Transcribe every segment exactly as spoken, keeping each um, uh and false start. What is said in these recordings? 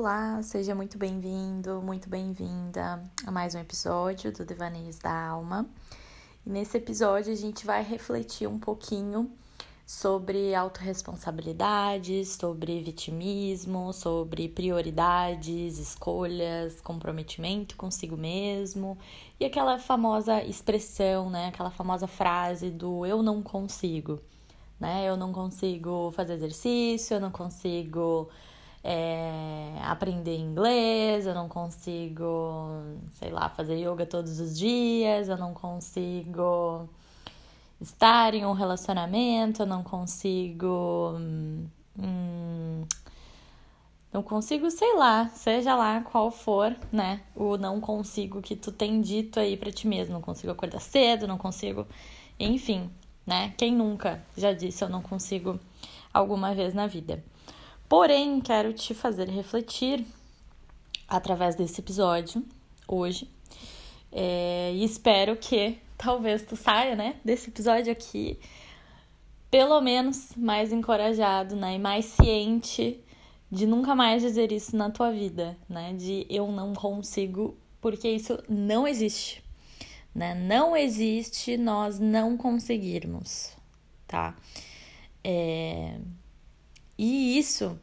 Olá, seja muito bem-vindo, muito bem-vinda a mais um episódio do Devaneios da Alma. E nesse episódio a gente vai refletir um pouquinho sobre autorresponsabilidade, sobre vitimismo, sobre prioridades, escolhas, comprometimento consigo mesmo e aquela famosa expressão, né, aquela famosa frase do eu não consigo, né? Eu não consigo fazer exercício, eu não consigo É, aprender inglês, eu não consigo, sei lá, fazer yoga todos os dias, eu não consigo estar em um relacionamento, eu não consigo, hum, não consigo, sei lá, seja lá qual for, né, o não consigo que tu tem dito aí pra ti mesmo, não consigo acordar cedo, não consigo, enfim, né, quem nunca já disse eu não consigo alguma vez na vida. Porém, quero te fazer refletir através desse episódio, hoje, é, e espero que talvez tu saia, né, desse episódio aqui, pelo menos mais encorajado, né, e mais ciente de nunca mais dizer isso na tua vida, né, de eu não consigo, porque isso não existe, né, não existe nós não conseguirmos, tá? É... E isso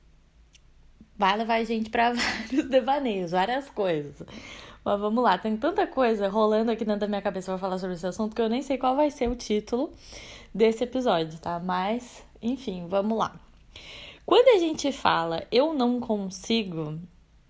vai levar a gente para vários devaneios, várias coisas. Mas vamos lá, tem tanta coisa rolando aqui dentro da minha cabeça pra falar sobre esse assunto que eu nem sei qual vai ser o título desse episódio, tá? Mas, enfim, vamos lá. Quando a gente fala eu não consigo,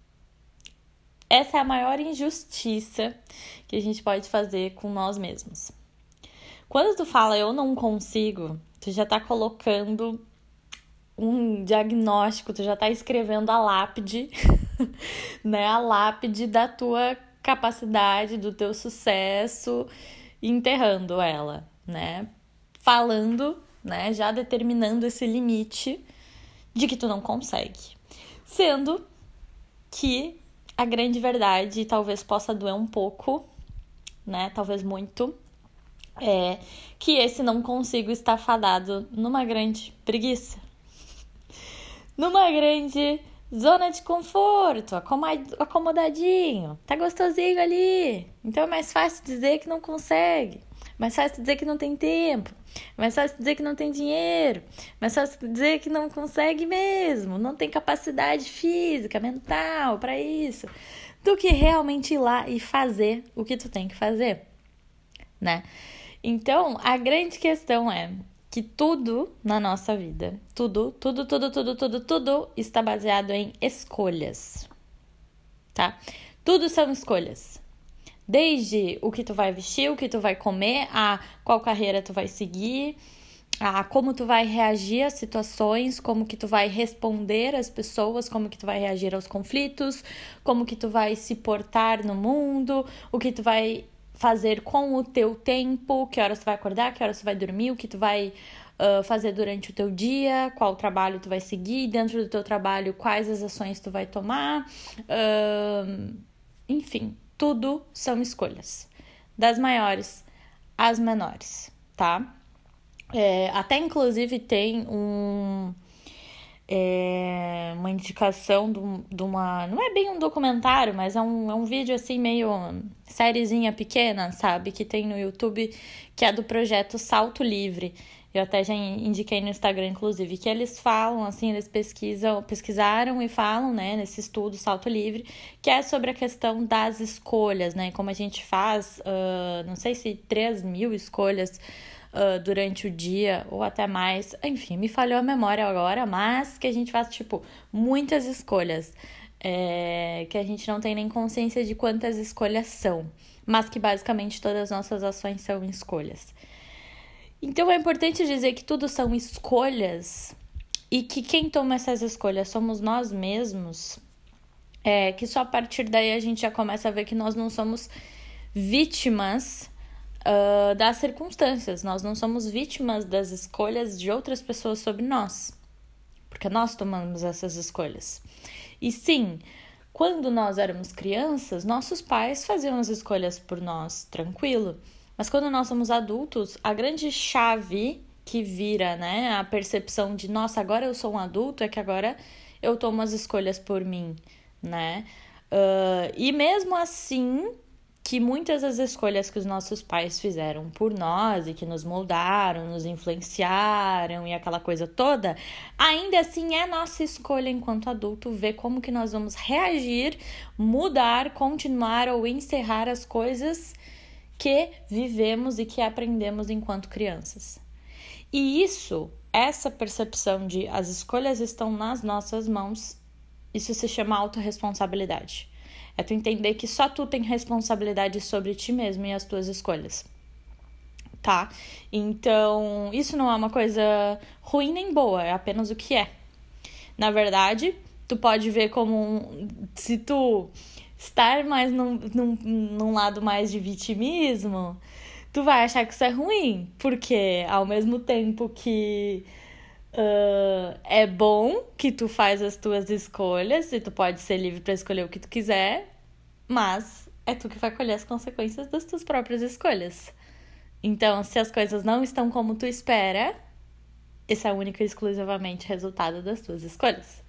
essa é a maior injustiça que a gente pode fazer com nós mesmos. Quando tu fala eu não consigo, tu já tá colocando um diagnóstico, tu já tá escrevendo a lápide, né? A lápide da tua capacidade, do teu sucesso, enterrando ela, né? Falando, né? Já determinando esse limite de que tu não consegue. Sendo que a grande verdade, talvez possa doer um pouco, né? Talvez muito, é que esse não consigo está fadado numa grande preguiça. Numa grande zona de conforto, acomodadinho, tá gostosinho ali. Então é mais fácil dizer que não consegue, mais fácil dizer que não tem tempo, mais fácil dizer que não tem dinheiro, mais fácil dizer que não consegue mesmo, não tem capacidade física, mental para isso, do que realmente ir lá e fazer o que tu tem que fazer, né? Então, a grande questão é que tudo na nossa vida, tudo, tudo, tudo, tudo, tudo, tudo está baseado em escolhas, tá? Tudo são escolhas. Desde o que tu vai vestir, o que tu vai comer, a qual carreira tu vai seguir, a como tu vai reagir às situações, como que tu vai responder às pessoas, como que tu vai reagir aos conflitos, como que tu vai se portar no mundo, o que tu vai fazer com o teu tempo, que horas tu vai acordar, que horas tu vai dormir, o que tu vai uh, fazer durante o teu dia, qual trabalho tu vai seguir, dentro do teu trabalho, quais as ações tu vai tomar, uh, enfim, tudo são escolhas, das maiores às menores, tá? É, até inclusive tem um... É uma indicação de, de uma... Não é bem um documentário, mas é um, é um vídeo assim meio sériezinha pequena, sabe? Que tem no YouTube, que é do projeto Salto Livre. Eu até já indiquei no Instagram, inclusive, que eles falam, assim, eles pesquisam, pesquisaram e falam, né, nesse estudo Salto Livre, que é sobre a questão das escolhas, né? Como a gente faz, uh, não sei se três mil escolhas Uh, durante o dia, ou até mais, enfim, me falhou a memória agora, mas que a gente faz, tipo, muitas escolhas, é, que a gente não tem nem consciência de quantas escolhas são, mas que basicamente todas as nossas ações são escolhas. Então é importante dizer que tudo são escolhas e que quem toma essas escolhas somos nós mesmos, é, que só a partir daí a gente já começa a ver que nós não somos vítimas Uh, das circunstâncias, nós não somos vítimas das escolhas de outras pessoas sobre nós, porque nós tomamos essas escolhas. E sim, quando nós éramos crianças, nossos pais faziam as escolhas por nós, tranquilo, mas quando nós somos adultos, a grande chave que vira, né, a percepção de, nossa, agora eu sou um adulto, é que agora eu tomo as escolhas por mim, né? Uh, e mesmo assim, que muitas das escolhas que os nossos pais fizeram por nós e que nos moldaram, nos influenciaram e aquela coisa toda, ainda assim é nossa escolha enquanto adulto ver como que nós vamos reagir, mudar, continuar ou encerrar as coisas que vivemos e que aprendemos enquanto crianças. E isso, essa percepção de as escolhas estão nas nossas mãos, isso se chama autorresponsabilidade. É tu entender que só tu tem responsabilidade sobre ti mesmo e as tuas escolhas, tá? Então, isso não é uma coisa ruim nem boa, é apenas o que é. Na verdade, tu pode ver como um, se tu estar mais num, num, num lado mais de vitimismo, tu vai achar que isso é ruim, porque ao mesmo tempo que uh, é bom que tu faz as tuas escolhas e tu pode ser livre para escolher o que tu quiser, mas é tu que vai colher as consequências das tuas próprias escolhas. Então, se as coisas não estão como tu espera, esse é único e exclusivamente resultado das tuas escolhas.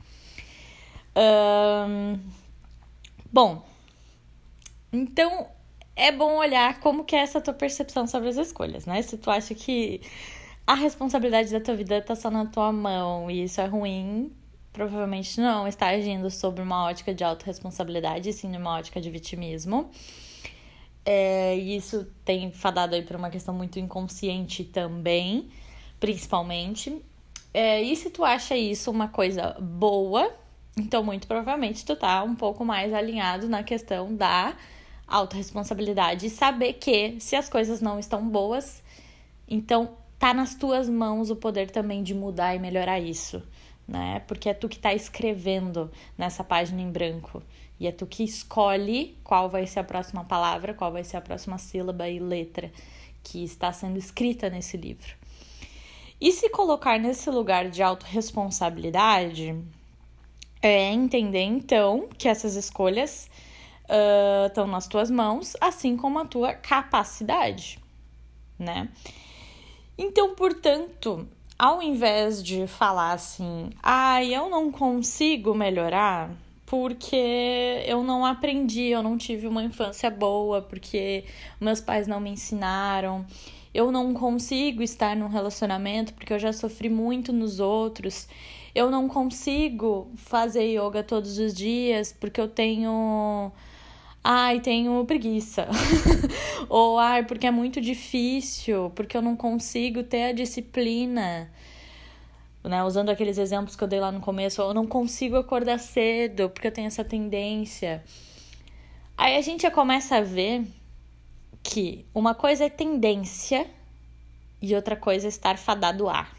Um, bom, então é bom olhar como que é essa tua percepção sobre as escolhas, né? Se tu acha que a responsabilidade da tua vida tá só na tua mão e isso é ruim, provavelmente não está agindo sobre uma ótica de autorresponsabilidade, e sim numa ótica de vitimismo. É, e isso tem fadado aí para uma questão muito inconsciente também, principalmente. É, e se tu acha isso uma coisa boa, então muito provavelmente tu tá um pouco mais alinhado na questão da autorresponsabilidade e saber que se as coisas não estão boas, então tá nas tuas mãos o poder também de mudar e melhorar isso, né? Porque é tu que tá escrevendo nessa página em branco e é tu que escolhe qual vai ser a próxima palavra, qual vai ser a próxima sílaba e letra que está sendo escrita nesse livro. E se colocar nesse lugar de autorresponsabilidade é entender então que essas escolhas Uh, estão nas tuas mãos, assim como a tua capacidade, né? Então, portanto, ao invés de falar assim, ah, eu não consigo melhorar porque eu não aprendi, eu não tive uma infância boa, porque meus pais não me ensinaram, eu não consigo estar num relacionamento porque eu já sofri muito nos outros, eu não consigo fazer yoga todos os dias porque eu tenho... Ai, tenho preguiça. Ou, ai, porque é muito difícil, porque eu não consigo ter a disciplina. Né? Usando aqueles exemplos que eu dei lá no começo, eu não consigo acordar cedo, porque eu tenho essa tendência. Aí a gente já começa a ver que uma coisa é tendência e outra coisa é estar fadado a.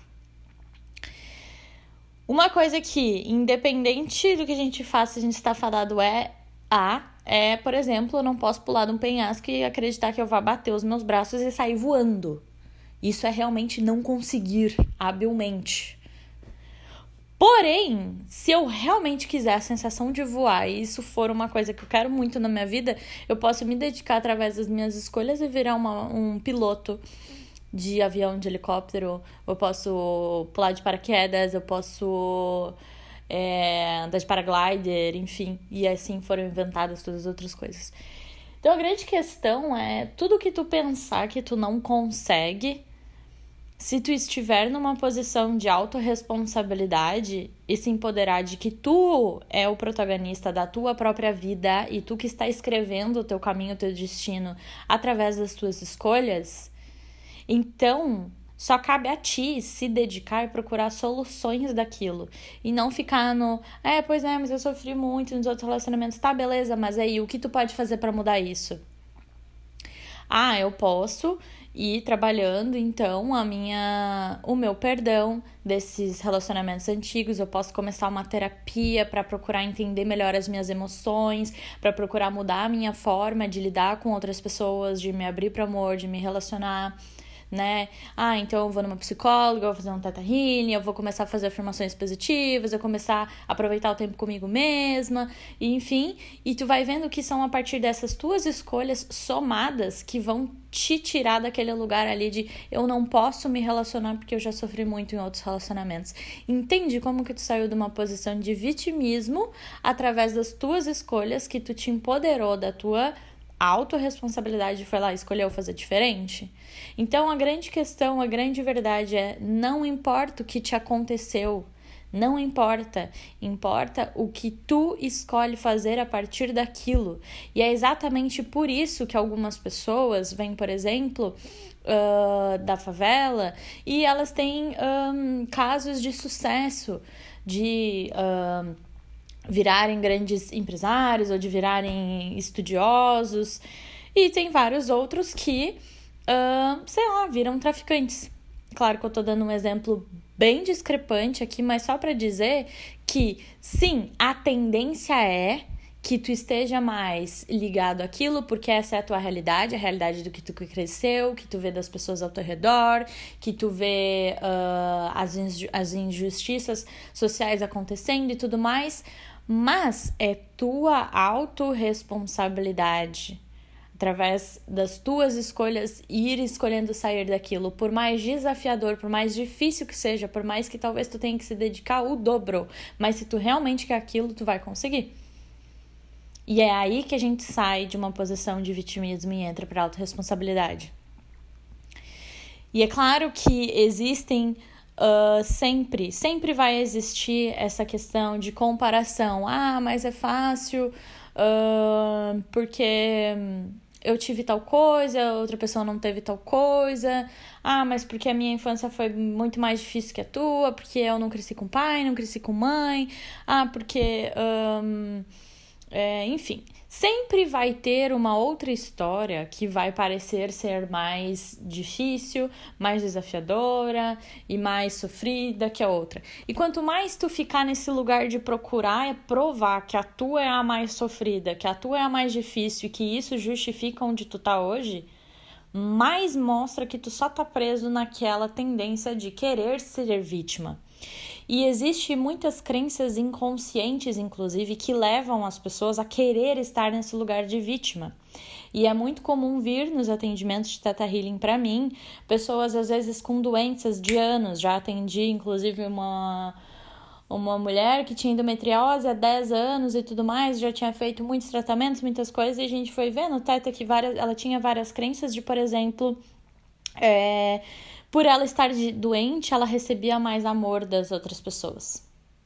Uma coisa que, independente do que a gente faça, a gente está fadado é a... É, por exemplo, eu não posso pular de um penhasco e acreditar que eu vá bater os meus braços e sair voando. Isso é realmente não conseguir habilmente. Porém, se eu realmente quiser a sensação de voar e isso for uma coisa que eu quero muito na minha vida, eu posso me dedicar através das minhas escolhas e virar uma, um piloto de avião, de helicóptero. Eu posso pular de paraquedas, eu posso... É, das paraglider, enfim, e assim foram inventadas todas as outras coisas. Então a grande questão é, tudo que tu pensar que tu não consegue, se tu estiver numa posição de autorresponsabilidade e se empoderar de que tu é o protagonista da tua própria vida e tu que está escrevendo o teu caminho, o teu destino através das tuas escolhas, então... Só cabe a ti se dedicar e procurar soluções daquilo. E não ficar no... É, pois é, mas eu sofri muito nos outros relacionamentos. Tá, beleza, mas aí o que tu pode fazer pra mudar isso? Ah, eu posso ir trabalhando, então, a minha, o meu perdão desses relacionamentos antigos. Eu posso começar uma terapia pra procurar entender melhor as minhas emoções, pra procurar mudar a minha forma de lidar com outras pessoas, de me abrir pro amor, de me relacionar... né? Ah, então eu vou numa psicóloga, eu vou fazer um Theta Healing, eu vou começar a fazer afirmações positivas, eu vou começar a aproveitar o tempo comigo mesma, e enfim. E tu vai vendo que são a partir dessas tuas escolhas somadas que vão te tirar daquele lugar ali de eu não posso me relacionar porque eu já sofri muito em outros relacionamentos. Entende como que tu saiu de uma posição de vitimismo através das tuas escolhas, que tu te empoderou da tua autorresponsabilidade e foi lá e escolheu fazer diferente? Então a grande questão, a grande verdade é, não importa o que te aconteceu, não importa, importa o que tu escolhe fazer a partir daquilo. E é exatamente por isso que algumas pessoas vêm, por exemplo, uh, da favela e elas têm um, casos de sucesso, de uh, virarem grandes empresários ou de virarem estudiosos. E tem vários outros que, uh, sei lá, viram traficantes. Claro que eu tô dando um exemplo bem discrepante aqui, mas só para dizer que, sim, a tendência é que tu esteja mais ligado àquilo, porque essa é a tua realidade, a realidade do que tu cresceu, que tu vê das pessoas ao teu redor, que tu vê uh, as, inju- as injustiças sociais acontecendo e tudo mais, mas é tua autorresponsabilidade, através das tuas escolhas, ir escolhendo sair daquilo, por mais desafiador, por mais difícil que seja, por mais que talvez tu tenha que se dedicar o dobro, mas se tu realmente quer aquilo, tu vai conseguir. E é aí que a gente sai de uma posição de vitimismo e entra para a autorresponsabilidade. E é claro que existem uh, sempre, sempre vai existir essa questão de comparação. Ah, mas é fácil uh, porque eu tive tal coisa, outra pessoa não teve tal coisa. Ah, mas porque a minha infância foi muito mais difícil que a tua, porque eu não cresci com pai, não cresci com mãe. Ah, porque... Um, é, enfim, sempre vai ter uma outra história que vai parecer ser mais difícil, mais desafiadora e mais sofrida que a outra. E quanto mais tu ficar nesse lugar de procurar é provar que a tua é a mais sofrida, que a tua é a mais difícil e que isso justifica onde tu tá hoje, mais mostra que tu só tá preso naquela tendência de querer ser vítima. E existem muitas crenças inconscientes, inclusive, que levam as pessoas a querer estar nesse lugar de vítima. E é muito comum vir nos atendimentos de Theta Healing para mim, pessoas às vezes com doenças de anos. Já atendi, inclusive, uma, uma mulher que tinha endometriose há dez anos e tudo mais, já tinha feito muitos tratamentos, muitas coisas, e a gente foi ver no Theta que várias, ela tinha várias crenças de, por exemplo... É, por ela estar doente, ela recebia mais amor das outras pessoas.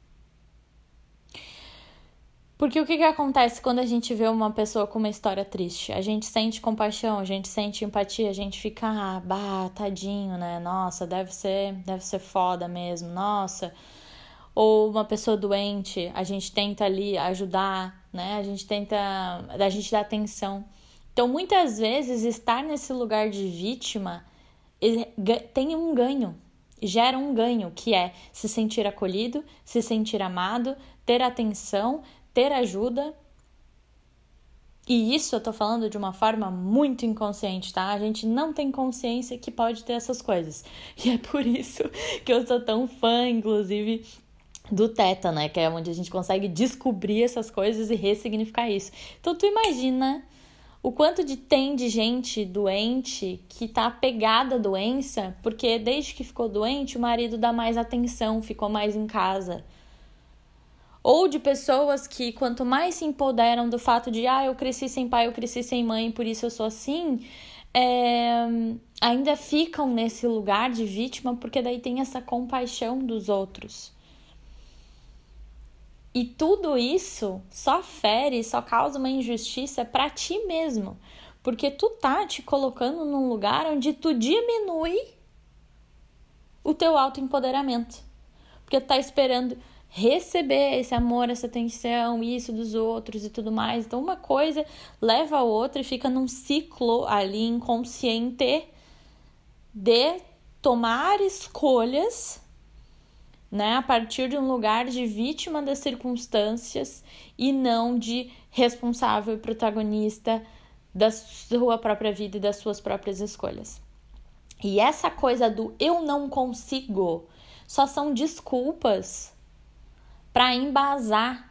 Porque o que, que acontece quando a gente vê uma pessoa com uma história triste? A gente sente compaixão, a gente sente empatia, a gente fica, ah, bah, tadinho, né? Nossa, deve ser, deve ser foda mesmo, nossa. Ou uma pessoa doente, a gente tenta ali ajudar, né? A gente tenta, a gente dá atenção. Então, muitas vezes, estar nesse lugar de vítima tem um ganho, gera um ganho, que é se sentir acolhido, se sentir amado, ter atenção, ter ajuda. E isso eu tô falando de uma forma muito inconsciente, tá? A gente não tem consciência que pode ter essas coisas. E é por isso que eu sou tão fã, inclusive, do Theta, né? Que é onde a gente consegue descobrir essas coisas e ressignificar isso. Então tu imagina... o quanto de tem de gente doente que tá apegada à doença, porque desde que ficou doente, o marido dá mais atenção, ficou mais em casa. Ou de pessoas que, quanto mais se empoderam do fato de, ah, eu cresci sem pai, eu cresci sem mãe, por isso eu sou assim, é, ainda ficam nesse lugar de vítima, porque daí tem essa compaixão dos outros. E tudo isso só fere, só causa uma injustiça para ti mesmo. Porque tu tá te colocando num lugar onde tu diminui o teu autoempoderamento. Porque tu tá esperando receber esse amor, essa atenção, isso dos outros e tudo mais. Então uma coisa leva a outra e fica num ciclo ali inconsciente de tomar escolhas, né, a partir de um lugar de vítima das circunstâncias e não de responsável e protagonista da sua própria vida e das suas próprias escolhas. E essa coisa do eu não consigo só são desculpas para embasar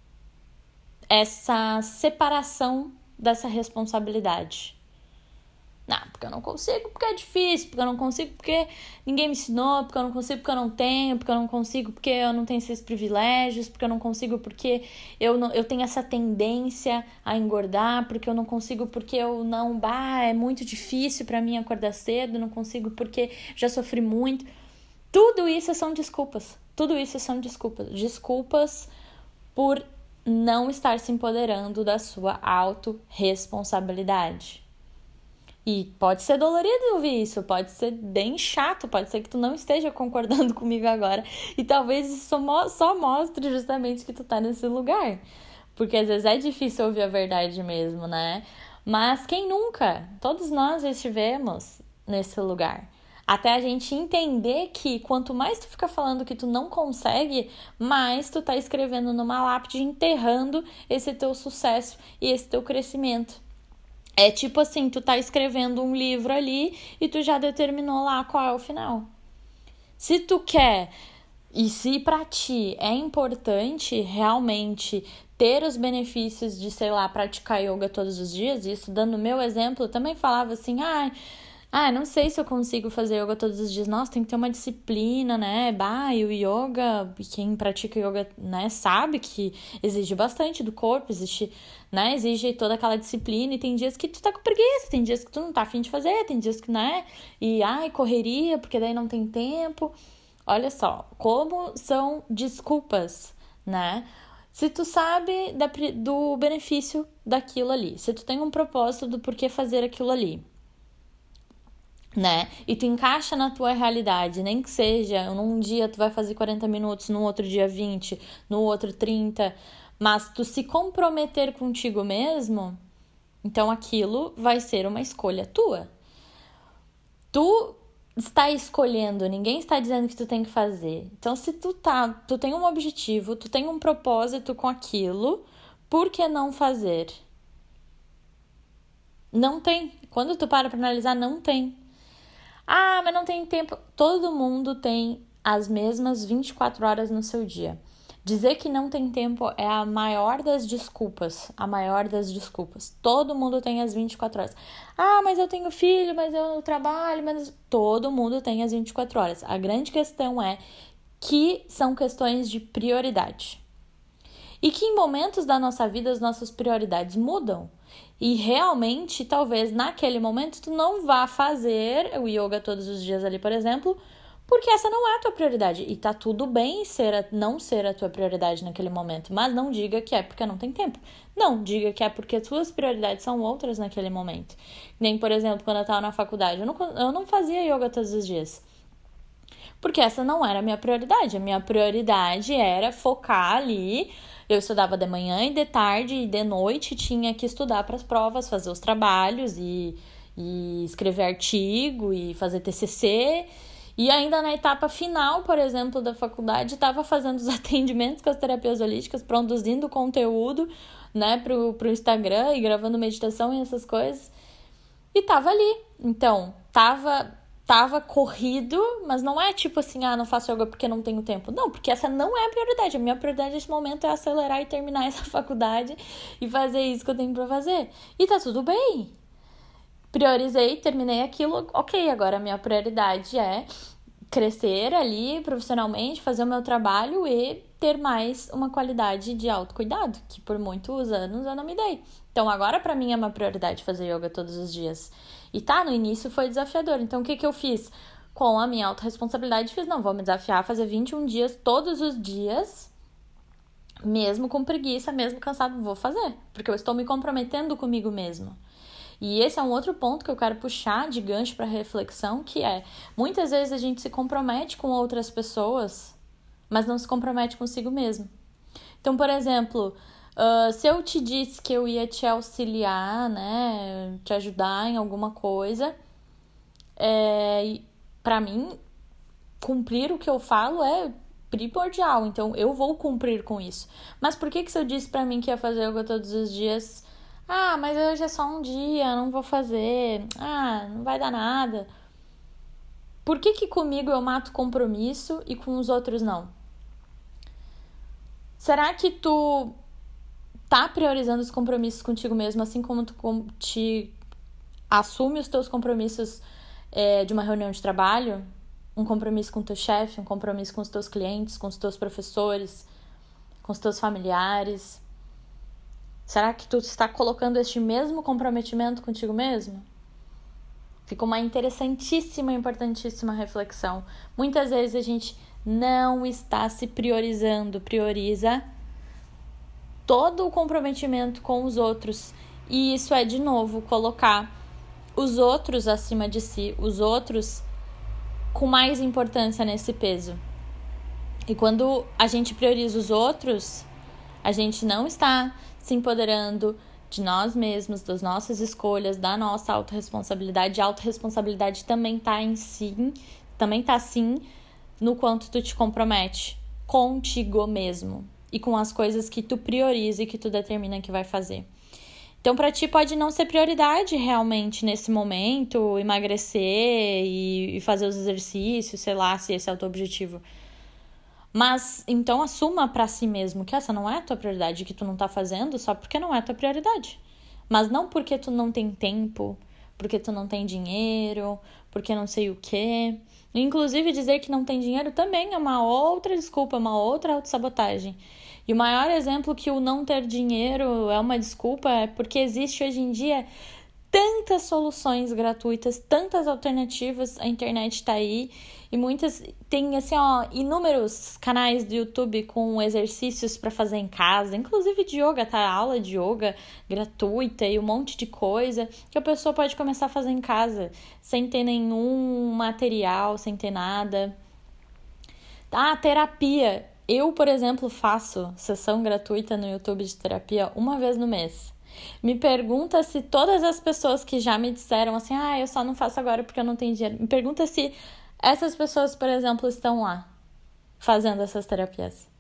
essa separação dessa responsabilidade. Não, porque eu não consigo, porque é difícil, porque eu não consigo, porque ninguém me ensinou, porque eu não consigo, porque eu não tenho, porque eu não consigo, porque eu não tenho esses privilégios, porque eu não consigo, porque eu, não, eu tenho essa tendência a engordar, porque eu não consigo, porque eu não, bah, é muito difícil pra mim acordar cedo, não consigo porque já sofri muito. Tudo isso são desculpas, tudo isso são desculpas, desculpas por não estar se empoderando da sua autorresponsabilidade. E pode ser dolorido ouvir isso, pode ser bem chato, pode ser que tu não esteja concordando comigo agora. E talvez isso só mostre justamente que tu tá nesse lugar. Porque às vezes é difícil ouvir a verdade mesmo, né? Mas quem nunca? Todos nós já estivemos nesse lugar. Até a gente entender que quanto mais tu fica falando que tu não consegue, mais tu tá escrevendo numa lápide, enterrando esse teu sucesso e esse teu crescimento. É tipo assim, tu tá escrevendo um livro ali e tu já determinou lá qual é o final. Se tu quer, e se pra ti é importante realmente ter os benefícios de, sei lá, praticar yoga todos os dias, isso dando o meu exemplo, eu também falava assim, ah, ah, não sei se eu consigo fazer yoga todos os dias. Nossa, tem que ter uma disciplina, né? Bah, e o yoga, quem pratica yoga, né, sabe que exige bastante do corpo, existe, né, exige toda aquela disciplina e tem dias que tu tá com preguiça, tem dias que tu não tá afim de fazer, tem dias que, né, e ai, correria, porque daí não tem tempo. Olha só, como são desculpas, né? Se tu sabe da, do benefício daquilo ali, se tu tem um propósito do porquê fazer aquilo ali, né? E tu encaixa na tua realidade, nem que seja, num dia tu vai fazer quarenta minutos, no outro dia vinte, no outro trinta, mas tu se comprometer contigo mesmo, então aquilo vai ser uma escolha tua. Tu está escolhendo, ninguém está dizendo que tu tem que fazer. Então se tu tá, tu tem um objetivo, tu tem um propósito com aquilo, por que não fazer? Não tem. Quando tu para pra analisar, não tem. Ah, mas não tem tempo. Todo mundo tem as mesmas vinte e quatro horas no seu dia. Dizer que não tem tempo é a maior das desculpas. A maior das desculpas. Todo mundo tem as vinte e quatro horas. Ah, mas eu tenho filho, mas eu trabalho, mas... Todo mundo tem as vinte e quatro horas. A grande questão é que são questões de prioridade. E que em momentos da nossa vida as nossas prioridades mudam. E realmente, talvez naquele momento, tu não vá fazer o yoga todos os dias ali, por exemplo, porque essa não é a tua prioridade. E tá tudo bem ser a, não ser a tua prioridade naquele momento. Mas não diga que é porque não tem tempo. Não, diga que é porque as tuas prioridades são outras naquele momento. Nem, por exemplo, quando eu tava na faculdade, eu não, eu não fazia yoga todos os dias. Porque essa não era a minha prioridade. A minha prioridade era focar ali. Eu estudava de manhã e de tarde e de noite tinha que estudar para as provas, fazer os trabalhos e, e escrever artigo e fazer T C C. E ainda na etapa final, por exemplo, da faculdade, estava fazendo os atendimentos com as terapias holísticas, produzindo conteúdo, né, pro, pro Instagram e gravando meditação e essas coisas. E tava ali. Então, tava... Tava corrido, mas não é tipo assim, ah, não faço yoga porque não tenho tempo. Não, porque essa não é a prioridade. A minha prioridade nesse momento é acelerar e terminar essa faculdade e fazer isso que eu tenho pra fazer. E tá tudo bem. Priorizei, terminei aquilo, ok, agora a minha prioridade é crescer ali profissionalmente, fazer o meu trabalho e ter mais uma qualidade de autocuidado, que por muitos anos eu não me dei. Então agora pra mim é uma prioridade fazer yoga todos os dias. E tá, no início foi desafiador. Então o que que eu fiz? Com a minha autorresponsabilidade, fiz, não, vou me desafiar a fazer vinte e um dias todos os dias, mesmo com preguiça, mesmo cansado, vou fazer. Porque eu estou me comprometendo comigo mesmo. E esse é um outro ponto que eu quero puxar de gancho para reflexão, que é, muitas vezes a gente se compromete com outras pessoas, mas não se compromete consigo mesmo. Então, por exemplo, uh, se eu te disse que eu ia te auxiliar, né, te ajudar em alguma coisa, é, para mim, cumprir o que eu falo é primordial, então eu vou cumprir com isso. Mas por que que se eu disse para mim que ia fazer yoga todos os dias... Ah, mas hoje é só um dia, não vou fazer. Ah, não vai dar nada. Por que que comigo eu mato compromisso e com os outros não? Será que tu tá priorizando os compromissos contigo mesmo, assim como tu te assume os teus compromissos é, de uma reunião de trabalho? Um compromisso com o teu chefe, um compromisso com os teus clientes, com os teus professores, com os teus familiares. Será que tu está colocando este mesmo comprometimento contigo mesmo? Fica uma interessantíssima, importantíssima reflexão. Muitas vezes a gente não está se priorizando, prioriza todo o comprometimento com os outros. E isso é, de novo, colocar os outros acima de si, os outros com mais importância nesse peso. E quando a gente prioriza os outros, a gente não está se empoderando de nós mesmos, das nossas escolhas, da nossa autorresponsabilidade. A autorresponsabilidade também está em si, também está sim no quanto tu te compromete contigo mesmo e com as coisas que tu prioriza e que tu determina que vai fazer. Então, para ti pode não ser prioridade realmente nesse momento, emagrecer e, e fazer os exercícios, sei lá, se esse é o teu objetivo. Mas, então, assuma para si mesmo que essa não é a tua prioridade, que tu não tá fazendo só porque não é a tua prioridade. Mas não porque tu não tem tempo, porque tu não tem dinheiro, porque não sei o quê. Inclusive, dizer que não tem dinheiro também é uma outra desculpa, uma outra autossabotagem. E o maior exemplo que o não ter dinheiro é uma desculpa é porque existe hoje em dia tantas soluções gratuitas, tantas alternativas, a internet tá aí e muitas, tem assim ó, inúmeros canais do YouTube com exercícios para fazer em casa, inclusive de yoga, tá? Aula de yoga gratuita e um monte de coisa que a pessoa pode começar a fazer em casa, sem ter nenhum material, sem ter nada. Ah, terapia. Eu, por exemplo, faço sessão gratuita no YouTube de terapia uma vez no mês. Me pergunta se todas as pessoas que já me disseram assim, ah, eu só não faço agora porque eu não tenho dinheiro. Me pergunta se essas pessoas, por exemplo, estão lá fazendo essas terapias.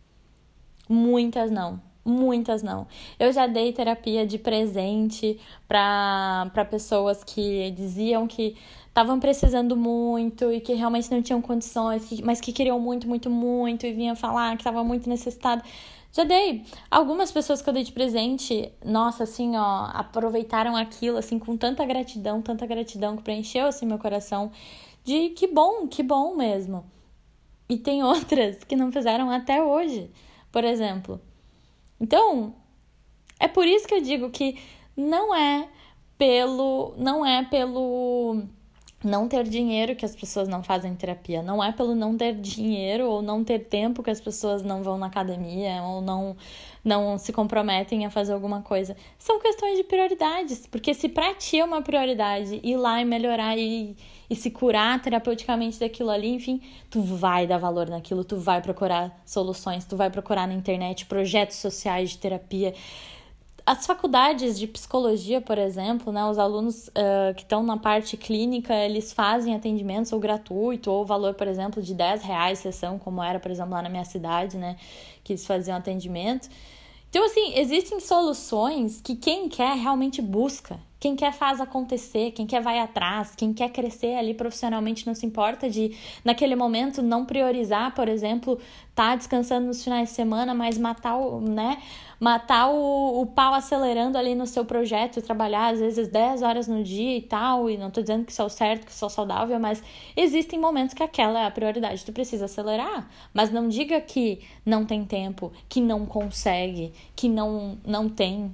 Muitas não. Muitas não. Eu já dei terapia de presente para para pessoas que diziam que estavam precisando muito e que realmente não tinham condições, que, mas que queriam muito, muito, muito e vinham falar que estava muito necessitado. Já dei. Algumas pessoas que eu dei de presente, nossa, assim, ó, aproveitaram aquilo, assim, com tanta gratidão, tanta gratidão que preencheu, assim, meu coração de que bom, que bom mesmo. E tem outras que não fizeram até hoje, por exemplo. Então, é por isso que eu digo que não é pelo, não é pelo não ter dinheiro que as pessoas não fazem terapia, não é pelo não ter dinheiro ou não ter tempo que as pessoas não vão na academia ou não, não se comprometem a fazer alguma coisa. São questões de prioridades, porque se pra ti é uma prioridade ir lá e melhorar e, e se curar terapeuticamente daquilo ali, enfim, tu vai dar valor naquilo, tu vai procurar soluções, tu vai procurar na internet projetos sociais de terapia. As faculdades de psicologia, por exemplo, né, os alunos uh, que estão na parte clínica, eles fazem atendimentos ou gratuito, ou valor, por exemplo, de dez reais sessão, como era, por exemplo, lá na minha cidade, né, que eles faziam atendimento. Então, assim, existem soluções que quem quer realmente busca. Quem quer faz acontecer, quem quer vai atrás, quem quer crescer ali profissionalmente não se importa de, naquele momento, não priorizar, por exemplo, tá descansando nos finais de semana, mas matar o, né, matar o, o pau acelerando ali no seu projeto e trabalhar às vezes dez horas no dia e tal, e não tô dizendo que isso é o certo, que isso é o saudável, mas existem momentos que aquela é a prioridade, tu precisa acelerar, mas não diga que não tem tempo, que não consegue, que não, não tem.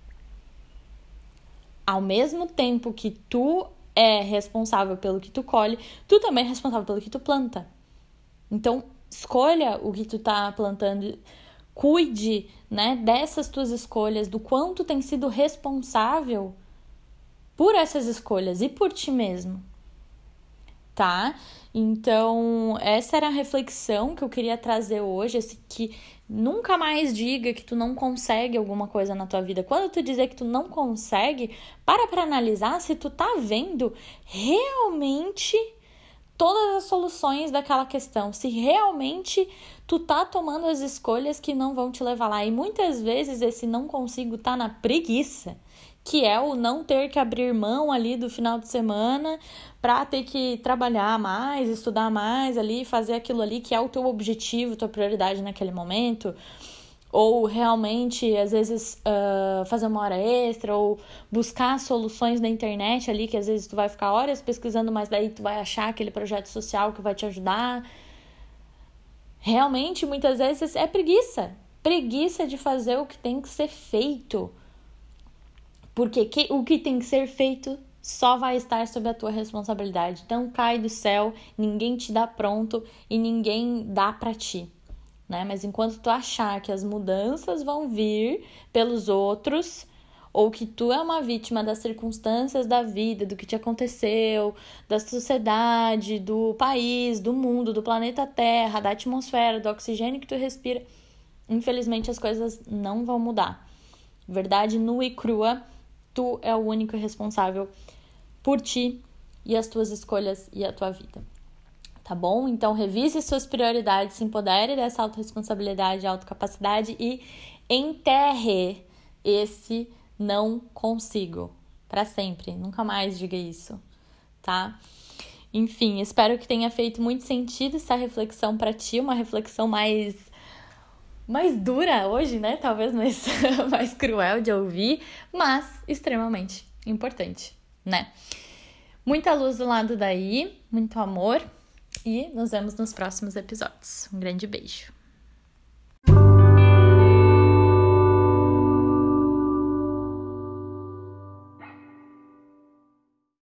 Ao mesmo tempo que tu é responsável pelo que tu colhe, tu também é responsável pelo que tu planta. Então, escolha o que tu tá plantando, cuide, né, dessas tuas escolhas, do quanto tem sido responsável por essas escolhas e por ti mesmo, tá? Então, essa era a reflexão que eu queria trazer hoje, esse que nunca mais diga que tu não consegue alguma coisa na tua vida. Quando tu dizer que tu não consegue, para para analisar se tu tá vendo realmente todas as soluções daquela questão, se realmente tu tá tomando as escolhas que não vão te levar lá. E muitas vezes esse não consigo tá na preguiça, que é o não ter que abrir mão ali do final de semana para ter que trabalhar mais, estudar mais ali, fazer aquilo ali que é o teu objetivo, tua prioridade naquele momento, ou realmente, às vezes, uh, fazer uma hora extra, ou buscar soluções na internet ali, que às vezes tu vai ficar horas pesquisando, mas daí tu vai achar aquele projeto social que vai te ajudar. Realmente, muitas vezes, é preguiça. Preguiça de fazer o que tem que ser feito. Porque que, o que tem que ser feito só vai estar sob a tua responsabilidade. Não cai do céu, ninguém te dá pronto e ninguém dá pra ti. Né? Mas enquanto tu achar que as mudanças vão vir pelos outros, ou que tu é uma vítima das circunstâncias da vida, do que te aconteceu, da sociedade, do país, do mundo, do planeta Terra, da atmosfera, do oxigênio que tu respira, infelizmente as coisas não vão mudar. Verdade nua e crua, tu é o único responsável por ti e as tuas escolhas e a tua vida. Tá bom? Então, revise suas prioridades, se empodere dessa autorresponsabilidade, autocapacidade e enterre esse não consigo. Para sempre. Nunca mais diga isso, tá? Enfim, espero que tenha feito muito sentido essa reflexão para ti, uma reflexão mais, mais dura hoje, né? Talvez mais, mais cruel de ouvir, mas extremamente importante, né? Muita luz do lado daí, muito amor. E nos vemos nos próximos episódios. Um grande beijo.